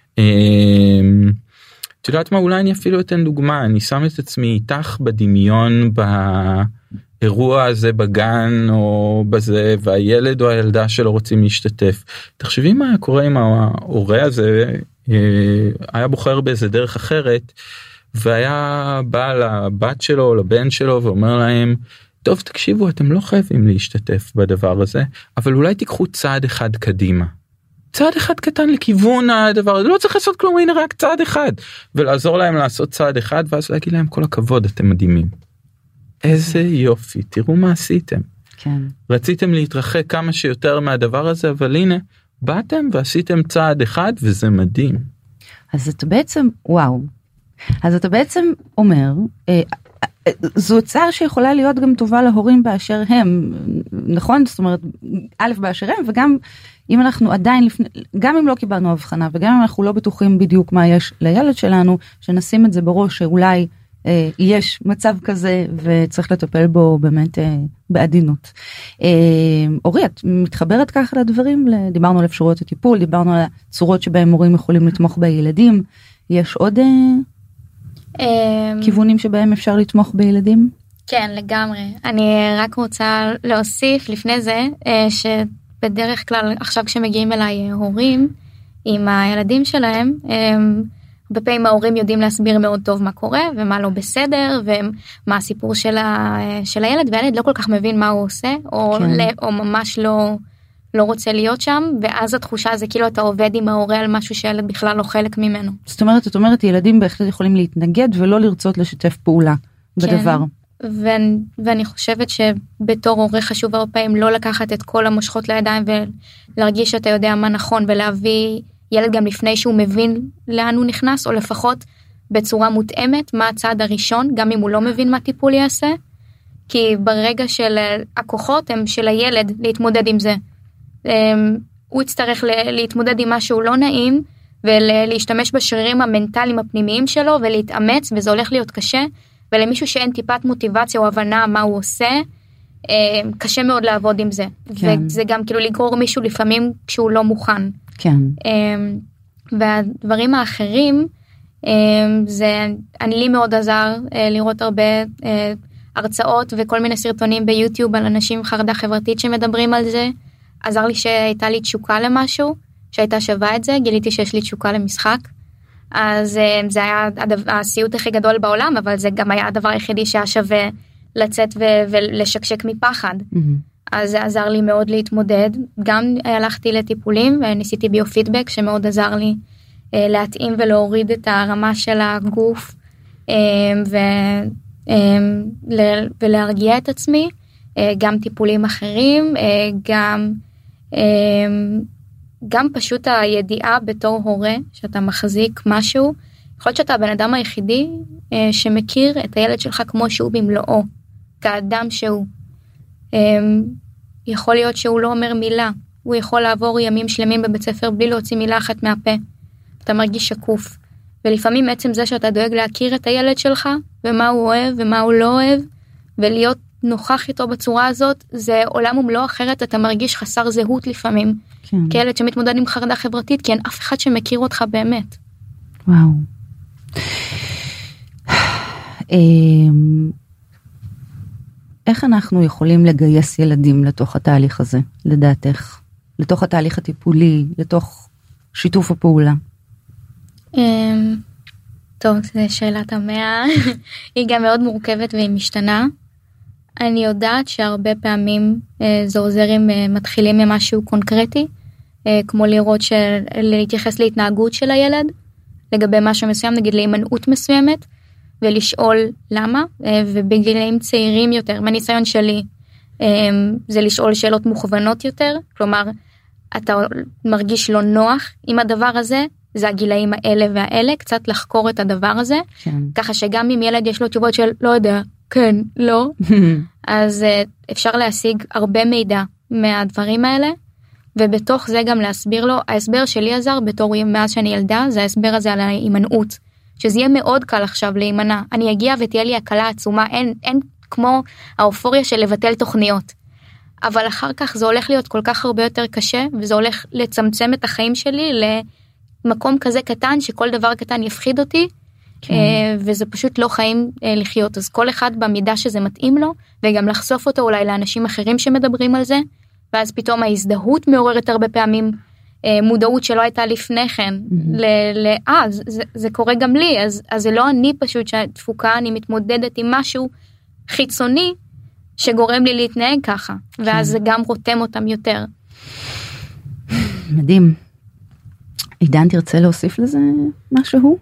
את יודעת מה, אולי אני אפילו אתן דוגמה, אני שם את עצמי איתך בדמיון אירוע הזה בגן או בזה, והילד או הילדה שלו רוצים להשתתף. תחשבי מה היה קורה אם ההורה הזה היה בוחר באיזה דרך אחרת, והיה בא לבת שלו או לבן שלו ואומר להם, טוב תקשיבו, אתם לא חייבים להשתתף בדבר הזה, אבל אולי תיקחו צעד אחד קדימה. צעד אחד קטן לכיוון הדבר הזה, לא צריך לעשות כלום, הנה רק צעד אחד, ולעזור להם לעשות צעד אחד, ואז להגיד להם כל הכבוד, אתם מדהימים. איזה יופי, תראו מה עשיתם. כן. רציתם להתרחק כמה שיותר מהדבר הזה, אבל הנה, באתם ועשיתם צעד אחד, וזה מדהים. אז אתה בעצם, וואו, אז אתה בעצם אומר, זו הצעה שיכולה להיות גם טובה להורים באשר הם, נכון? זאת אומרת, א' באשר הם, וגם אם אנחנו עדיין, גם אם לא קיבלנו הבחנה, וגם אם אנחנו לא בטוחים בדיוק מה יש לילד שלנו, שנשים את זה בראש שאולי יש מצב כזה וצריך לטפל בו באמת בעדינות. אורי, את מתחברת ככה לדברים? דיברנו על אפשרויות הטיפול, דיברנו על הצורות שבהם מורים יכולים לתמוך בילדים. יש עוד כיוונים שבהם אפשר לתמוך בילדים? כן, לגמרי. אני רק רוצה להוסיף לפני זה, שבדרך כלל עכשיו כשמגיעים אליי הורים עם הילדים שלהם, הרבה פעמים ההורים יודעים להסביר מאוד טוב מה קורה ומה לא בסדר ומה הסיפור של הילד, והילד לא כל כך מבין מה הוא עושה או ממש לא רוצה להיות שם, ואז התחושה זה כאילו אתה עובד עם ההורה על משהו שהילד בכלל לא חלק ממנו. זאת אומרת ילדים בהחלט יכולים להתנגד ולא לרצות לשתף פעולה בדבר. ואני חושבת שבתור הורה חשוב הרבה פעמים לא לקחת את כל המושכות לידיים ולהרגיש שאתה יודע מה נכון, ולהביא ילד גם לפני שהוא מבין לאן הוא נכנס, או לפחות בצורה מותאמת מה הצעד הראשון, גם אם הוא לא מבין מה טיפול יעשה, כי ברגע של הכוחות הם של הילד להתמודד עם זה. הוא יצטרך להתמודד עם משהו לא נעים, ולהשתמש בשרירים המנטליים הפנימיים שלו, ולהתאמץ, וזה הולך להיות קשה, ולמישהו שאין טיפת מוטיבציה או הבנה מה הוא עושה, קשה מאוד לעבוד עם זה. כן. וזה גם כאילו לגרור מישהו לפעמים כשהוא לא מוכן. כן. והדברים האחרים, לי מאוד עזר לראות הרבה הרצאות וכל מיני סרטונים ביוטיוב על אנשים עם חרדה חברתית שמדברים על זה. עזר לי שהייתה לי תשוקה למשהו, שהייתה שווה את זה, גיליתי שיש לי תשוקה למשחק. אז זה היה הסיוט הכי גדול בעולם, אבל זה גם היה הדבר היחידי שהיה שווה לצאת ולשקשק מפחד. אז זה עזר לי מאוד להתמודד. גם הלכתי לטיפולים וניסיתי ביו-פידבק, שמאוד עזר לי להתאים ולהוריד את הרמה של הגוף, ולהרגיע את עצמי. גם טיפולים אחרים, גם פשוט הידיעה בתור הורה, שאתה מחזיק משהו, יכול להיות שאתה הבן אדם היחידי שמכיר את הילד שלך כמו שהוא במלואו, כאדם שהוא. יכול להיות שהוא לא אומר מילה, הוא יכול לעבור ימים שלמים בבית ספר בלי להוציא מילה אחת מהפה, אתה מרגיש שקוף, ולפעמים עצם זה שאתה דואג להכיר את הילד שלך, ומה הוא אוהב ומה הוא לא אוהב, ולהיות נוכח איתו בצורה הזאת, זה עולם ומלוא, אחרת אתה מרגיש חסר זהות לפעמים, כן. כילד שמתמודד עם חרדה חברתית, כי אין אף אחד שמכיר אותך באמת. וואו. איך אנחנו יכולים לגייס ילדים לתוך התהליך הזה, לדעתך? לתוך התהליך הטיפולי, לתוך שיתוף הפעולה? טוב, זו שאלת המאה. היא גם מאוד מורכבת והיא משתנה. אני יודעת שהרבה פעמים זה עוזר אם מתחילים ממשהו קונקרטי, כמו לראות להתייחס להתנהגות של הילד, לגבי משהו מסוים, נגיד להימנעות מסוימת, ולשאול למה, ובגילאים צעירים יותר, מהניסיון שלי, זה לשאול שאלות מוכוונות יותר, כלומר, אתה מרגיש לא נוח עם הדבר הזה, זה הגילאים האלה והאלה, קצת לחקור את הדבר הזה, כן. ככה שגם אם ילד יש לו תשובות של לא יודע, כן, לא, אז אפשר להשיג הרבה מידע מהדברים האלה, ובתוך זה גם להסביר לו, ההסבר שלי עזר בתור מאז שאני ילדה, זה ההסבר הזה על ההימנעות, שזה יהיה מאוד קל עכשיו להימנע, אני אגיע ותהיה לי הקלה עצומה, אין כמו האופוריה של לבטל תוכניות, אבל אחר כך זה הולך להיות כל כך הרבה יותר קשה, וזה הולך לצמצם את החיים שלי למקום כזה קטן, שכל דבר קטן יפחיד אותי, וזה פשוט לא חיים לחיות, אז כל אחד במידה שזה מתאים לו, וגם לחשוף אותו אולי לאנשים אחרים שמדברים על זה, ואז פתאום ההזדהות מעוררת הרבה פעמים מודעות שלא הייתה לפני כן, זה קורה גם לי, אז זה לא אני פשוט שתפוקה, אני מתמודדת עם משהו חיצוני, שגורם לי להתנהג ככה, ואז זה גם רותם אותם יותר. מדהים. עידן, תרצה להוסיף לזה משהו?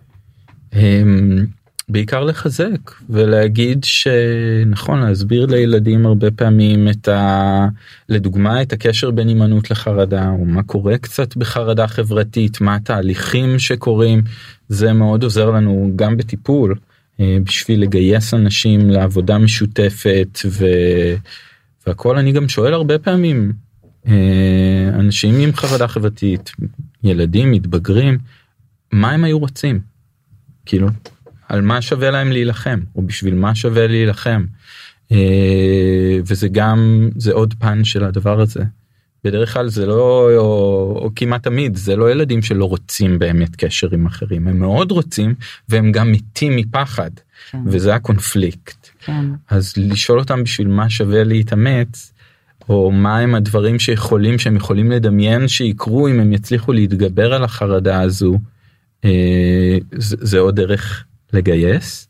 בעיקר לחזק ולהגיד שנכון להסביר לילדים הרבה פעמים לדוגמה את הקשר בין הימנעות לחרדה, או מה קורה קצת בחרדה חברתית, מה התהליכים שקורים, זה מאוד עוזר לנו גם בטיפול, בשביל לגייס אנשים לעבודה משותפת והכל. אני גם שואל הרבה פעמים אנשים עם חרדה חברתית, ילדים, מתבגרים, מה הם היו רוצים? כאילו, על מה שווה להם להילחם, או בשביל מה שווה להילחם. וזה גם, זה עוד פן של הדבר הזה. בדרך כלל זה לא, או כמעט תמיד, זה לא ילדים שלא רוצים באמת קשר עם אחרים, הם מאוד רוצים, והם גם מתים מפחד, כן. וזה הקונפליקט. כן. אז לשאול אותם בשביל מה שווה להתאמץ, או מה הם הדברים שהם יכולים לדמיין שיקרו, אם הם יצליחו להתגבר על החרדה הזו, זה עוד דרך לגייס.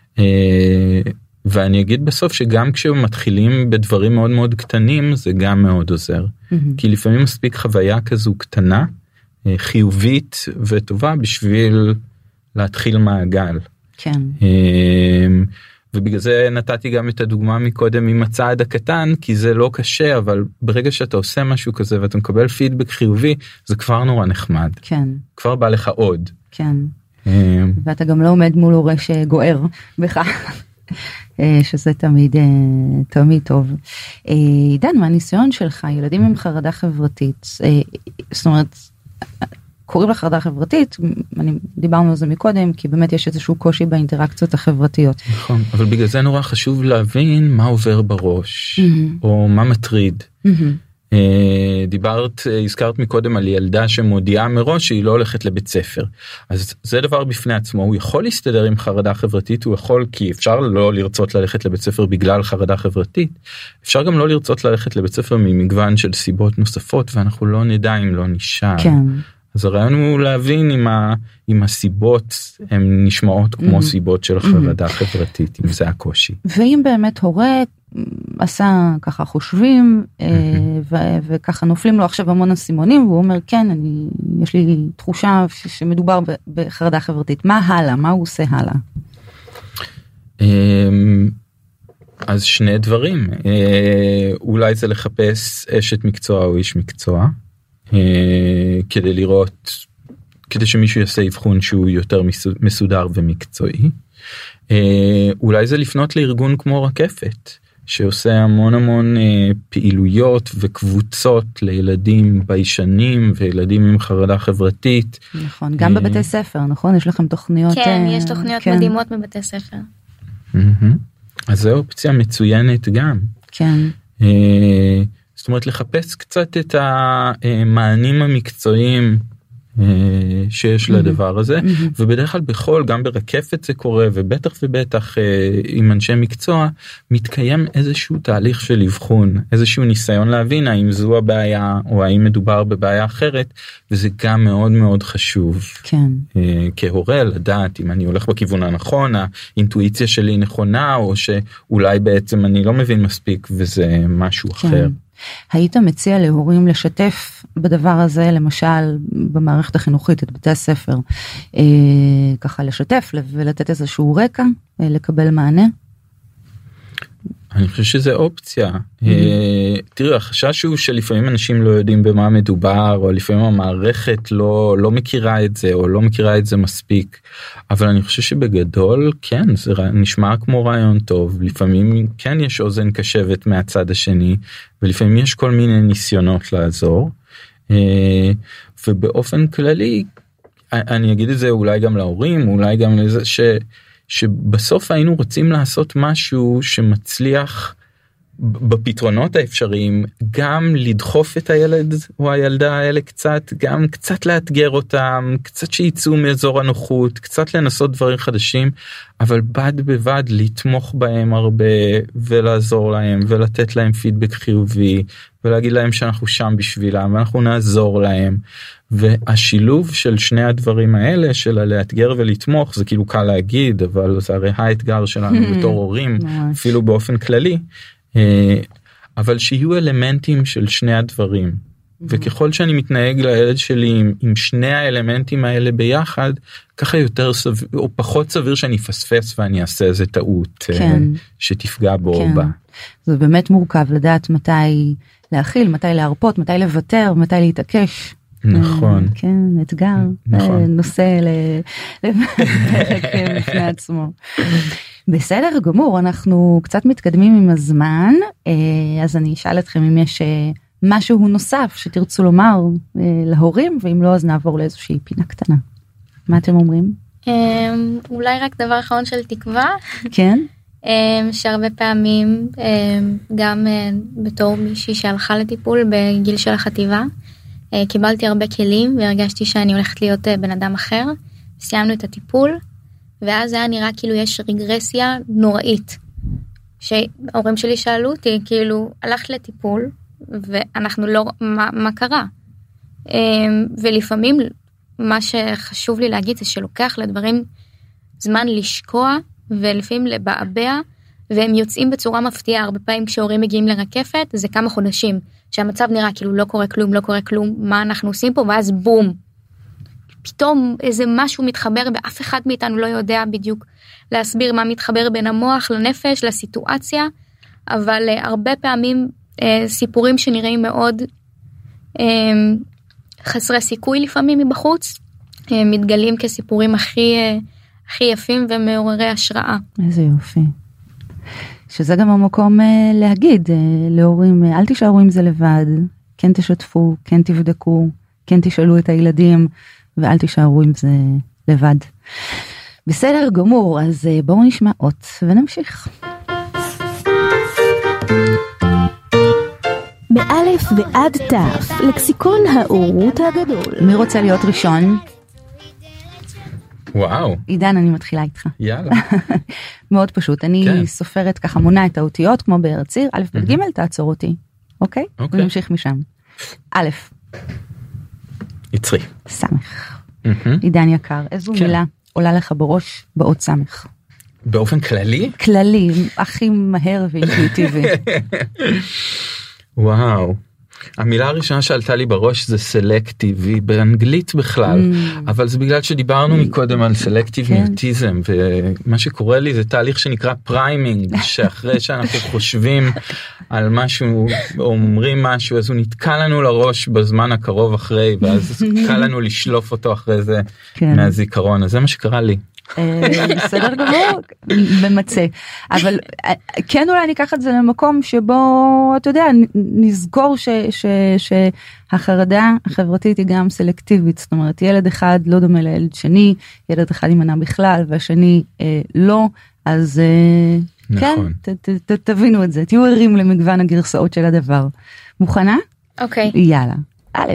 ואני אגיד בסוף שגם כשמתחילים בדברים מאוד מאוד קטנים, זה גם מאוד עוזר. כי לפעמים מספיק חוויה כזו קטנה, חיובית וטובה בשביל להתחיל מעגל. כן. ובגלל זה נתתי גם את הדוגמה מקודם עם הצעד הקטן, כי זה לא קשה, אבל ברגע שאתה עושה משהו כזה ואתה מקבל פידבק חיובי, זה כבר נורא נחמד. כן. כבר בא לך עוד. כן. ואתה גם לא עומד מול הורה שגוער בך. שזה תמיד טוב. עידן, מהניסיון שלך, ילדים עם חרדה חברתית, זאת אומרת, קוראים לחרדה חברתית, דיברנו על זה מקודם, כי באמת יש איזשהו קושי באינטראקציות החברתיות. נכון, אבל בגלל זה נורא חשוב להבין מה עובר בראש, או מה מטריד. הזכרת מקודם על ילדה שמודיעה מראש שהיא לא הולכת לבית ספר. אז זה דבר בפני עצמו, הוא יכול להסתדר עם חרדה חברתית, הוא יכול, כי אפשר לא לרצות ללכת לבית ספר בגלל חרדה חברתית, אפשר גם לא לרצות ללכת לבית ספר ממגוון של סיבות נוספות, ואנחנו לא נדע אם לא נשאר. כן. אז הרעיון הוא להבין אם הסיבות הן נשמעות כמו סיבות של חרדה חברתית, אם זה הקושי. ואם באמת הורה עשה ככה חושבים, וככה נופלים לו עכשיו המון הסימונים, והוא אומר, כן, יש לי תחושה שמדובר בחרדה חברתית. מה הלאה? מה הוא עושה הלאה? אז שני דברים. אולי זה לחפש אשת מקצוע או איש מקצוע, כדי לראות, כדי שמישהו יעשה אבחון שהוא יותר מסודר ומקצועי. אולי זה לפנות לארגון כמו רקפת, שעושה המון פעילויות וקבוצות לילדים ביישנים וילדים עם חרדה חברתית. נכון, גם בבתי ספר, נכון? יש לכם תוכניות? כן, יש תוכניות מדהימות בבתי ספר. אז זו אופציה מצוינת גם. כן. זאת אומרת, לחפש קצת את המענים המקצועיים שיש לדבר הזה, ובדרך כלל גם ברקפת זה קורה, ובטח עם אנשי מקצוע, מתקיים איזשהו תהליך של אבחון, איזשהו ניסיון להבין האם זו הבעיה, או האם מדובר בבעיה אחרת, וזה גם מאוד מאוד חשוב. כן. כהורה לדעת אם אני הולך בכיוון הנכון, האינטואיציה שלי נכונה, או שאולי בעצם אני לא מבין מספיק, וזה משהו אחר. היית מציע להורים לשתף בדבר הזה, למשל במערכת החינוכית, את בתי הספר, ככה לשתף ולתת איזשהו רקע, לקבל מענה? אני חושב שזה אופציה. תראי, החשש הוא שלפעמים אנשים לא יודעים במה מדובר, או לפעמים המערכת לא מכירה את זה, או לא מכירה את זה מספיק. אבל אני חושב שבגדול, כן, זה נשמע כמו רעיון טוב. לפעמים כן יש אוזן קשבת מהצד השני, ולפעמים יש כל מיני ניסיונות לעזור. ובאופן כללי, אני אגיד את זה אולי גם להורים, אולי גם לזה שבסוף היינו רוצים לעשות משהו שמצליח בפתרונות האפשריים, גם לדחוף את הילד או הילדה האלה קצת, גם קצת לאתגר אותם, קצת שיצאו מאזור הנוחות, קצת לנסות דברים חדשים, אבל בד בבד לתמוך בהם הרבה ולעזור להם ולתת להם פידבק חיובי ולהגיד להם שאנחנו שם בשבילם ואנחנו נעזור להם. והשילוב של שני הדברים האלה של לאתגר ולתמוך, זה כאילו קל להגיד, אבל זה הרי האתגר שלנו בתור הורים, אפילו באופן כללי, אבל שיהיו אלמנטים של שני הדברים. וככל שאני מתנהג לילד שלי עם שני האלמנטים האלה ביחד, ככה יותר סביר, או פחות סביר שאני אפספס ואני אעשה איזה טעות שתפגע בו או בה. זה באמת מורכב לדעת מתי להכיל, מתי להרפות, מתי לוותר, מתי להתעקש. נכון. כן, אתגר, נושא לפני עצמו. בסדר גמור, אנחנו קצת מתקדמים עם הזמן, אז אני אשאל אתכם אם יש משהו נוסף שתרצו לומר להורים, ואם לא אז נעבור לאיזושהי פינה קטנה. מה אתם אומרים? אולי רק דבר אחרון של תקווה. כן. שהרבה פעמים, גם בתור מישהי שהלכה לטיפול בגיל של החטיבה, קיבלתי הרבה כלים והרגשתי שאני הולכת להיות בן אדם אחר. סיימנו את הטיפול, ואז היה נראה כאילו יש רגרסיה נוראית. שההורים שלי שאלו אותי, כאילו, הלכת לטיפול, ואנחנו לא, מה קרה? ולפעמים מה שחשוב לי להגיד זה שלוקח לדברים זמן לשקוע ולפעמים לבעבע, והם יוצאים בצורה מפתיעה. הרבה פעמים כשהורים מגיעים לרקפת, זה כמה חודשים, שהמצב נראה כאילו לא קורה כלום, לא קורה כלום, מה אנחנו עושים פה, ואז בום. פתאום איזה משהו מתחבר, ואף אחד מאיתנו לא יודע בדיוק להסביר מה מתחבר בין המוח לנפש, לסיטואציה, אבל הרבה פעמים סיפורים שנראים מאוד חסרי סיכוי לפעמים מבחוץ, מתגלים כסיפורים הכי יפים ומעוררי השראה. איזה יופי. שזה גם המקום להגיד להורים, אל תישארו עם זה לבד, כן תשתפו, כן תבדקו, כן תשאלו את הילדים, ואל תישארו עם זה לבד. בסדר גמור, אז בואו נשמע אות ונמשיך. מאלף ועד תף, לקסיקון האורות הגדול. מי רוצה להיות ראשון? וואו. עידן, אני מתחילה איתך. יאללה. מאוד פשוט, אני סופרת ככה, מונה את האותיות כמו בארציר, א' ב' ג' תעצור אותי, אוקיי? ונמשיך משם. א'. יצרי. סמך. עידן יקר, איזו מילה עולה לך בראש באות סמך? באופן כללי? כללי, הכי מהר ואינטואיטיבי. וואו. המילה הראשונה שעלתה לי בראש זה סלקטיבי, באנגלית בכלל, אבל זה בגלל שדיברנו מקודם על סלקטיב מיוטיזם, ומה שקורה לי זה תהליך שנקרא פריימינג, שאחרי שאנחנו חושבים על משהו, או אומרים משהו, אז הוא נתקע לנו לראש בזמן הקרוב אחרי, ואז קל לנו לשלוף אותו אחרי זה מהזיכרון, אז זה מה שקרה לי. בסדר גמור, ממצא. אבל כן אולי ניקח את זה למקום שבו, אתה יודע, נזכור שהחרדה החברתית היא גם סלקטיבית, זאת אומרת, ילד אחד לא דומה לילד שני, ילד אחד יימנע בכלל, והשני לא, אז כן, תבינו את זה, תהיו ערים למגוון הגרסאות של הדבר. מוכנה? אוקיי. יאללה. א'.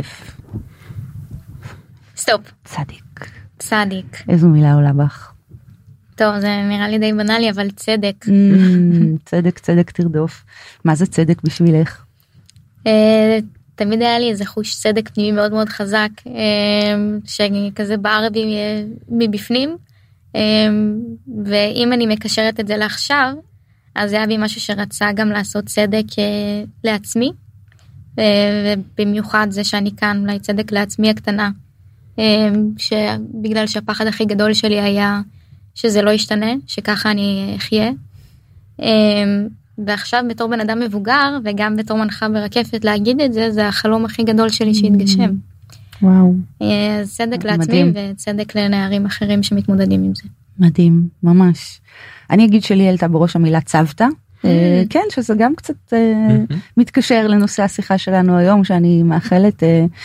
סטופ. צדיק. צדיק. איזו מילה עולה בך? טוב, זה נראה לי די בנאלי, אבל צדק. צדק, צדק תרדוף. מה זה צדק בשבילך? תמיד היה לי איזה חוש צדק פנימי מאוד מאוד חזק, שכזה בער בי מבפנים, ואם אני מקשרת את זה לעכשיו, אז היה בי משהו שרצה גם לעשות צדק לעצמי, ובמיוחד זה שאני כאן, אולי צדק לעצמי הקטנה, שבגלל שהפחד הכי גדול שלי היה שזה לא ישתנה, שככה אני אחיה. ועכשיו בתור בן אדם מבוגר, וגם בתור מנחה ברקפת להגיד את זה, זה החלום הכי גדול שלי שהתגשם. וואו. אז צדק לעצמי וצדק לנערים אחרים שמתמודדים עם זה. מדהים, ממש. אני אגיד שלי העלתה בראש המילה צוותא, כן, שזה גם קצת מתקשר לנושא השיחה שלנו היום, שאני מאחלת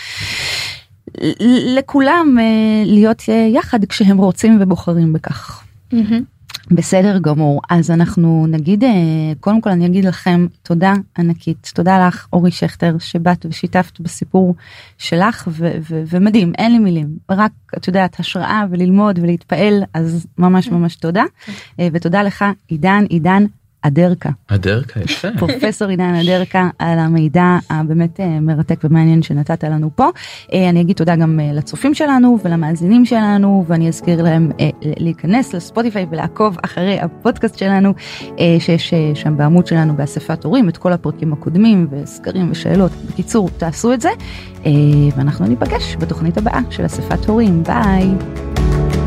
לכולם להיות יחד כשהם רוצים ובוחרים בכך. בסדר גמור, אז אנחנו נגיד, קודם כל אני אגיד לכם תודה ענקית, תודה לך אורי שכטר שבאת ושיתפת בסיפור שלך, ומדהים, אין לי מילים, רק את יודעת השראה וללמוד ולהתפעל, אז ממש ממש תודה, ותודה לך עידן אדרקה. אדרקה, יפה. פרופסור עידן אדרקה על המידע הבאמת מרתק ומעניין שנתת לנו פה. אני אגיד תודה גם לצופים שלנו ולמאזינים שלנו, ואני אזכיר להם להיכנס לספוטיפיי ולעקוב אחרי הפודקאסט שלנו, שיש שם בעמוד שלנו באספת הורים את כל הפרקים הקודמים וסקרים ושאלות. בקיצור, תעשו את זה, ואנחנו ניפגש בתוכנית הבאה של אספת הורים. ביי.